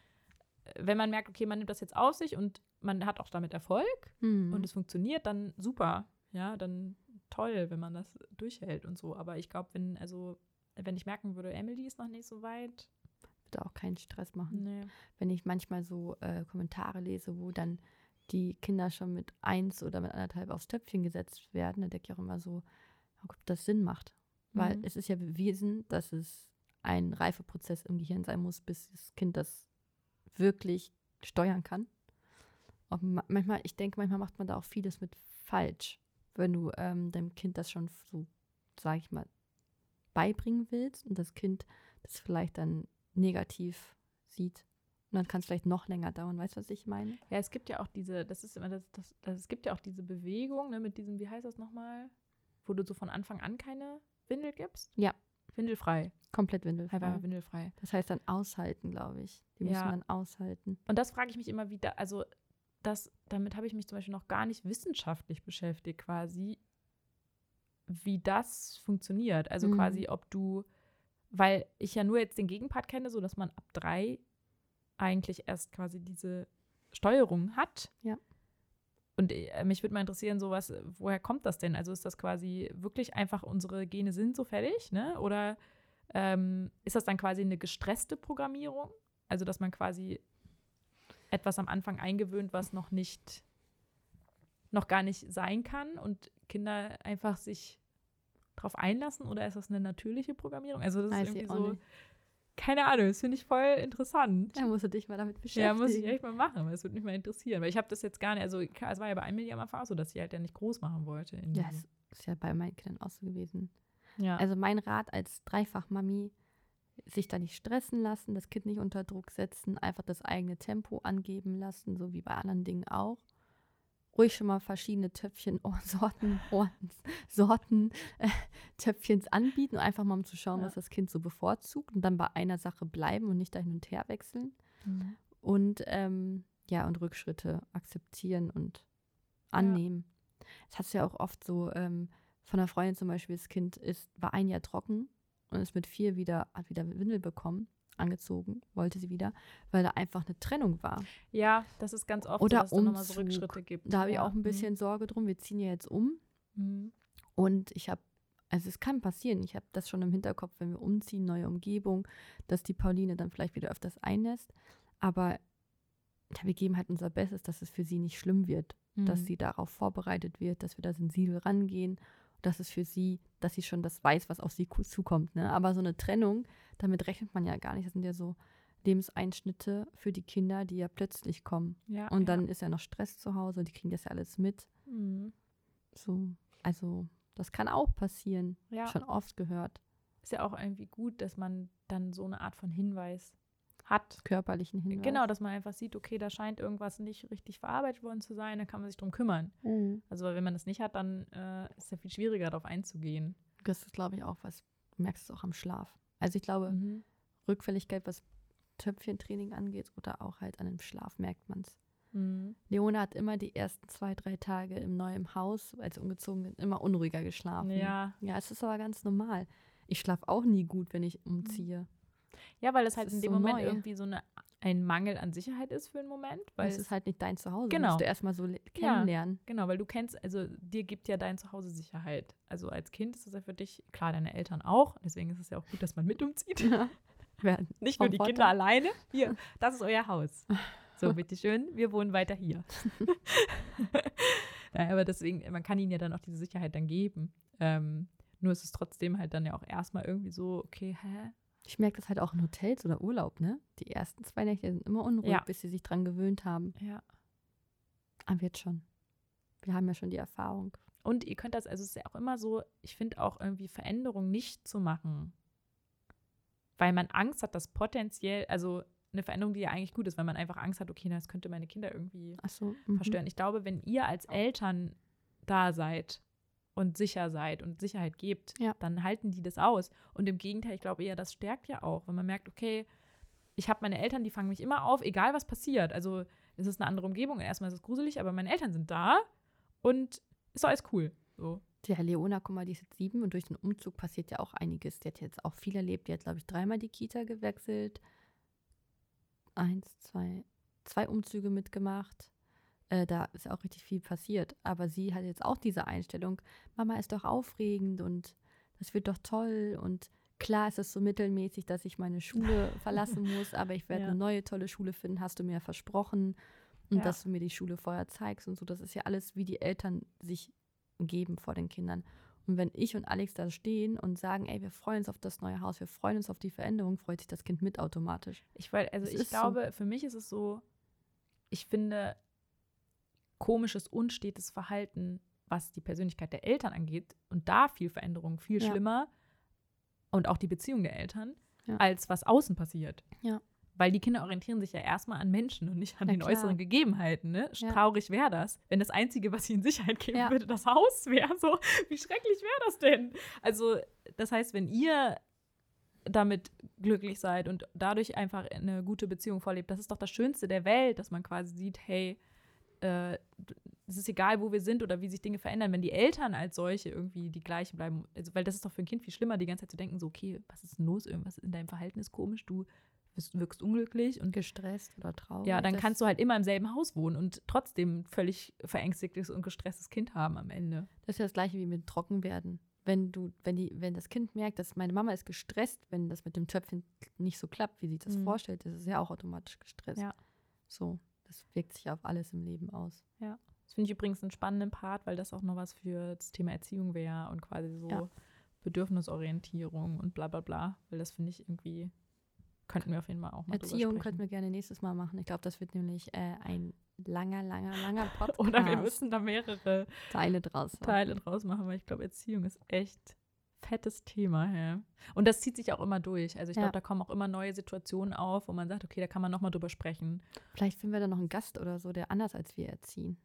wenn man merkt, okay, man nimmt das jetzt auf sich und man hat auch damit Erfolg Hm. und es funktioniert, dann super, ja, dann toll, wenn man das durchhält und so. Aber ich glaube, wenn, also, wenn ich merken würde, Emily ist noch nicht so weit, Würde auch keinen Stress machen. nee. Wenn ich manchmal so äh, Kommentare lese, wo dann die Kinder schon mit eins oder mit anderthalb aufs Töpfchen gesetzt werden, dann denke ich auch immer so, ob das Sinn macht. Weil Mhm. es ist ja bewiesen, dass es ein Reifeprozess im Gehirn sein muss, bis das Kind das wirklich steuern kann. Auch ma- manchmal, ich denke, manchmal macht man da auch vieles mit falsch, wenn du ähm, deinem Kind das schon so, sage ich mal, beibringen willst und das Kind das vielleicht dann negativ sieht. Und dann kann es vielleicht noch länger dauern. Weißt du, was ich meine? Ja, es gibt ja auch diese, das ist immer das, das, das es gibt ja auch diese Bewegung, ne, mit diesem, wie heißt das nochmal, wo du so von Anfang an keine Windel gibst? Ja. Windelfrei. Komplett windelfrei. Einfach windelfrei. Das heißt dann aushalten, glaube ich. Die müssen Ja. dann aushalten. Und das frage ich mich immer wieder, also das, damit habe ich mich zum Beispiel noch gar nicht wissenschaftlich beschäftigt, quasi, wie das funktioniert. Also Mhm. quasi, ob du, weil ich ja nur jetzt den Gegenpart kenne, so dass man ab drei eigentlich erst quasi diese Steuerung hat. Ja. Und äh, mich würde mal interessieren, so was, woher kommt das denn? Also ist das quasi wirklich einfach, unsere Gene sind so fertig, ne? Oder ähm, ist das dann quasi eine gestresste Programmierung? Also, dass man quasi etwas am Anfang eingewöhnt, was noch nicht noch gar nicht sein kann und Kinder einfach sich drauf einlassen oder ist das eine natürliche Programmierung? Also das Weiß ist ich irgendwie auch so, nicht. keine Ahnung, das finde ich voll interessant. Da musst du dich mal damit beschäftigen. Ja, muss ich echt mal machen, weil es würde mich mal interessieren. Weil ich habe das jetzt gar nicht, also es war ja bei Amelie am Anfang auch so, dass sie halt ja nicht groß machen wollte. In Ja, das ist ja bei meinen Kindern auch so gewesen. ja. Also mein Rat als Dreifachmami, sich da nicht stressen lassen, das Kind nicht unter Druck setzen, einfach das eigene Tempo angeben lassen, so wie bei anderen Dingen auch. Ruhig schon mal verschiedene Töpfchen, oh, Sorten, oh, Sorten, äh, Töpfchens anbieten, einfach mal um zu schauen, Ja. was das Kind so bevorzugt und dann bei einer Sache bleiben und nicht da hin und her wechseln. Mhm. Und ähm, ja, und Rückschritte akzeptieren und annehmen. Das hast du ja auch oft so ähm, von einer Freundin zum Beispiel, das Kind ist, war ein Jahr trocken und ist mit vier wieder, hat wieder Windel bekommen, angezogen, wollte sie wieder, weil da einfach eine Trennung war. Ja, das ist ganz oft Oder so, dass es dann nochmal so Umzug. Rückschritte gibt. Da habe ich ja. auch ein bisschen Sorge drum. Wir ziehen ja jetzt um Mhm. und ich habe, also es kann passieren, ich habe das schon im Hinterkopf, wenn wir umziehen, neue Umgebung, dass die Pauline dann vielleicht wieder öfters einlässt. Aber ja, wir geben halt unser Bestes, dass es für sie nicht schlimm wird, Mhm. dass sie darauf vorbereitet wird, dass wir da sensibel rangehen, dass es für sie, dass sie schon das weiß, was auf sie ku- zukommt. Ne? Aber so eine Trennung, damit rechnet man ja gar nicht. Das sind ja so Lebenseinschnitte für die Kinder, die ja plötzlich kommen. Ja, Und dann ja. ist ja noch Stress zu Hause, die kriegen das ja alles mit. Mhm. So, also das kann auch passieren. Ja. Schon oft gehört. Ist ja auch irgendwie gut, dass man dann so eine Art von Hinweis hat. Körperlichen Hinweis. Genau, dass man einfach sieht, okay, da scheint irgendwas nicht richtig verarbeitet worden zu sein, dann kann man sich drum kümmern. Mhm. Also wenn man das nicht hat, dann äh, ist es ja viel schwieriger, darauf einzugehen. Das ist, glaube ich, auch was, du merkst es auch am Schlaf. Also ich glaube, Mhm. Rückfälligkeit, was Töpfchentraining angeht oder auch halt an dem Schlaf, merkt man es. Mhm. Leona hat immer die ersten zwei, drei Tage im neuen Haus, als sie umgezogen sind, immer unruhiger geschlafen. Ja. Ja, es ist aber ganz normal. Ich schlafe auch nie gut, wenn ich umziehe. Ja, weil es Das halt ist in dem so Moment neu. irgendwie so eine, ein Mangel an Sicherheit ist für einen Moment. Weil Weil es ist halt nicht dein Zuhause. Genau. Musst du erstmal so le- kennenlernen. Genau, weil du kennst, also dir gibt ja dein Zuhause Sicherheit. Also als Kind ist das ja für dich, klar, deine Eltern auch. Deswegen ist es ja auch gut, dass man mit umzieht. Ja. Werden Nicht nur die vom Kinder Vorteil. alleine. Hier, das ist euer Haus. So, bitteschön, wir wohnen weiter hier. Naja, aber deswegen, man kann ihnen ja dann auch diese Sicherheit dann geben. Ähm, nur ist es trotzdem halt dann ja auch erstmal irgendwie so, okay, hä? Ich merke das halt auch in Hotels oder Urlaub, ne? Die ersten zwei Nächte sind immer unruhig, Ja. bis sie sich dran gewöhnt haben. Ja. Aber wird schon. Wir haben ja schon die Erfahrung. Und ihr könnt das, also es ist ja auch immer so, ich finde auch irgendwie Veränderungen nicht zu machen. Weil man Angst hat, dass potenziell, also eine Veränderung, die ja eigentlich gut ist, weil man einfach Angst hat, okay, na, das könnte meine Kinder irgendwie Ach so. Mhm. verstören. Ich glaube, wenn ihr als Eltern da seid und sicher seid und Sicherheit gebt, Ja. dann halten die das aus. Und im Gegenteil, ich glaube eher, das stärkt ja auch, wenn man merkt, okay, ich habe meine Eltern, die fangen mich immer auf, egal was passiert. Also es ist eine andere Umgebung und erstmal ist es gruselig, aber meine Eltern sind da und ist doch alles cool. So. Ja, Leona, guck mal, die ist jetzt sieben und durch den Umzug passiert ja auch einiges. Die hat jetzt auch viel erlebt. Die hat, glaube ich, dreimal die Kita gewechselt. Eins, zwei, zwei Umzüge mitgemacht. Äh, da ist auch richtig viel passiert. Aber sie hat jetzt auch diese Einstellung, Mama ist doch aufregend und das wird doch toll. Und klar ist es so mittelmäßig, dass ich meine Schule verlassen muss, aber ich werde Ja. eine neue tolle Schule finden, hast du mir versprochen. Und Ja. dass du mir die Schule vorher zeigst und so. Das ist ja alles, wie die Eltern sich geben vor den Kindern. Und wenn ich und Alex da stehen und sagen, ey, wir freuen uns auf das neue Haus, wir freuen uns auf die Veränderung, freut sich das Kind mit automatisch. Ich, weil, also Es ich ist so. glaube, für mich ist es so, ich finde komisches, unstetes Verhalten, was die Persönlichkeit der Eltern angeht und da viel Veränderung, viel Ja. schlimmer und auch die Beziehung der Eltern, Ja. als was außen passiert. Ja. Weil die Kinder orientieren sich ja erstmal an Menschen und nicht an Ja, den klar. äußeren Gegebenheiten. Ne? Ja. Traurig wäre das, wenn das Einzige, was ihnen Sicherheit geben Ja. würde, das Haus wäre. So, wie schrecklich wäre das denn? Also, das heißt, wenn ihr damit glücklich seid und dadurch einfach eine gute Beziehung vorlebt, das ist doch das Schönste der Welt, dass man quasi sieht, hey, äh, es ist egal, wo wir sind oder wie sich Dinge verändern, wenn die Eltern als solche irgendwie die gleichen bleiben. Also, weil das ist doch für ein Kind viel schlimmer, die ganze Zeit zu denken, so, okay, was ist denn los? Irgendwas in deinem Verhalten ist komisch, du bist, wirkst unglücklich und Gestresst oder traurig. ja, dann das, kannst du halt immer im selben Haus wohnen und trotzdem völlig verängstigtes und gestresstes Kind haben am Ende. Das ist ja das Gleiche wie mit Trockenwerden. Wenn du, wenn die, wenn das Kind merkt, dass meine Mama ist gestresst, wenn das mit dem Töpfchen nicht so klappt, wie sie das Mhm. vorstellt, ist es ja auch automatisch gestresst. Ja. So, das wirkt sich auf alles im Leben aus. Ja. Das finde ich übrigens einen spannenden Part, weil das auch noch was für das Thema Erziehung wäre und quasi so Ja. Bedürfnisorientierung und bla bla bla. Weil das finde ich irgendwie, könnten wir auf jeden Fall auch mal Erziehung drüber könnten sprechen. wir gerne nächstes Mal machen. Ich glaube, das wird nämlich äh, ein langer, langer, langer Podcast. Oder wir müssen da mehrere Teile draus machen. Teile draus machen, weil ich glaube, Erziehung ist echt fettes Thema. Ja. Und das zieht sich auch immer durch. Also ich Ja. glaube, da kommen auch immer neue Situationen auf, wo man sagt, okay, da kann man nochmal drüber sprechen. Vielleicht finden wir da noch einen Gast oder so, der anders als wir erziehen.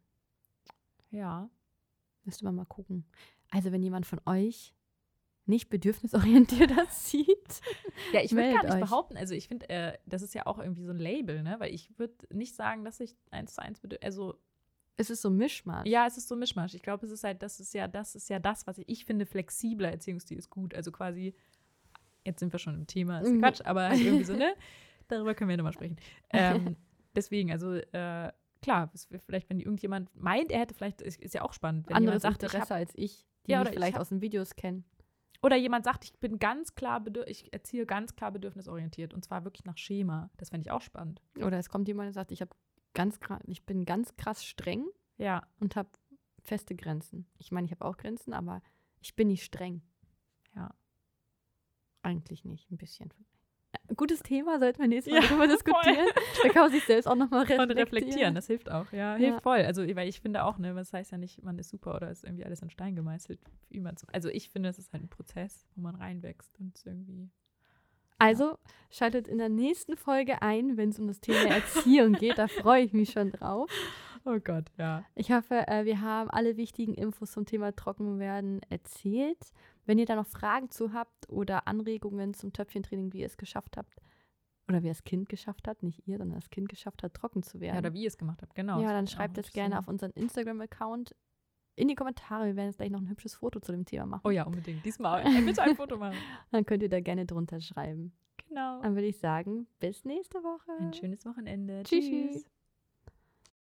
Ja. Müsste man mal gucken. Also wenn jemand von euch nicht bedürfnisorientiert erzieht, Ja, ich würde gar meldet nicht euch. behaupten, also ich finde, äh, das ist ja auch irgendwie so ein Label, ne? Weil ich würde nicht sagen, dass ich eins zu eins bedürf- also Es ist so ein Mischmasch. ja, es ist so ein Mischmasch. Ich glaube, es ist halt, das ist ja, das ist ja das, was ich, ich finde, flexibler Erziehungsstil ist gut. Also quasi, jetzt sind wir schon im Thema, ist Mhm. Quatsch, aber halt irgendwie so, ne? Darüber können wir nochmal sprechen. Ähm, deswegen, also äh, klar, es wär vielleicht, wenn irgendjemand meint, er hätte vielleicht, ist, ist ja auch spannend, wenn Anderes jemand sagt, ich Interesse hab, als ich, die Ja, mich oder ich vielleicht hab- aus den Videos kennen. oder jemand sagt, ich bin ganz klar, bedür- ich erziehe ganz klar bedürfnisorientiert und zwar wirklich nach Schema. Das fände ich auch spannend. Oder es kommt jemand und sagt, ich, hab ganz, gra- ich bin ganz krass streng Ja, und habe feste Grenzen. Ich meine, ich habe auch Grenzen, aber ich bin nicht streng. ja. Eigentlich nicht, ein bisschen. Äh, Gutes Thema, sollten wir nächstes Mal Ja, darüber diskutieren. Da kann man sich selbst auch nochmal Und reflektieren. reflektieren, das hilft auch, ja, Ja. hilft voll. Also, weil ich finde auch, ne, das heißt ja nicht, man ist super oder ist irgendwie alles in Stein gemeißelt. Wie man zum, also ich finde, es ist halt ein Prozess, wo man reinwächst und es irgendwie. Also schaltet in der nächsten Folge ein, wenn es um das Thema Erziehung geht. Da freue ich mich schon drauf. Oh Gott, ja. Ich hoffe, äh, wir haben alle wichtigen Infos zum Thema Trockenwerden erzählt. Wenn ihr da noch Fragen zu habt oder Anregungen zum Töpfchentraining, wie ihr es geschafft habt, oder wie ihr das Kind geschafft hat, nicht ihr, sondern das Kind geschafft hat, trocken zu werden. Ja, oder wie ihr es gemacht habt, genau. Ja, das dann würde mich schreibt auch es gerne auf interessieren. unseren Instagram-Account in die Kommentare. Wir werden jetzt gleich noch ein hübsches Foto zu dem Thema machen. Oh ja, unbedingt. Diesmal äh, bitte ein Foto machen. Dann könnt ihr da gerne drunter schreiben. Genau. Dann würde ich sagen, bis nächste Woche. Ein schönes Wochenende. Tschüssi. Tschüss.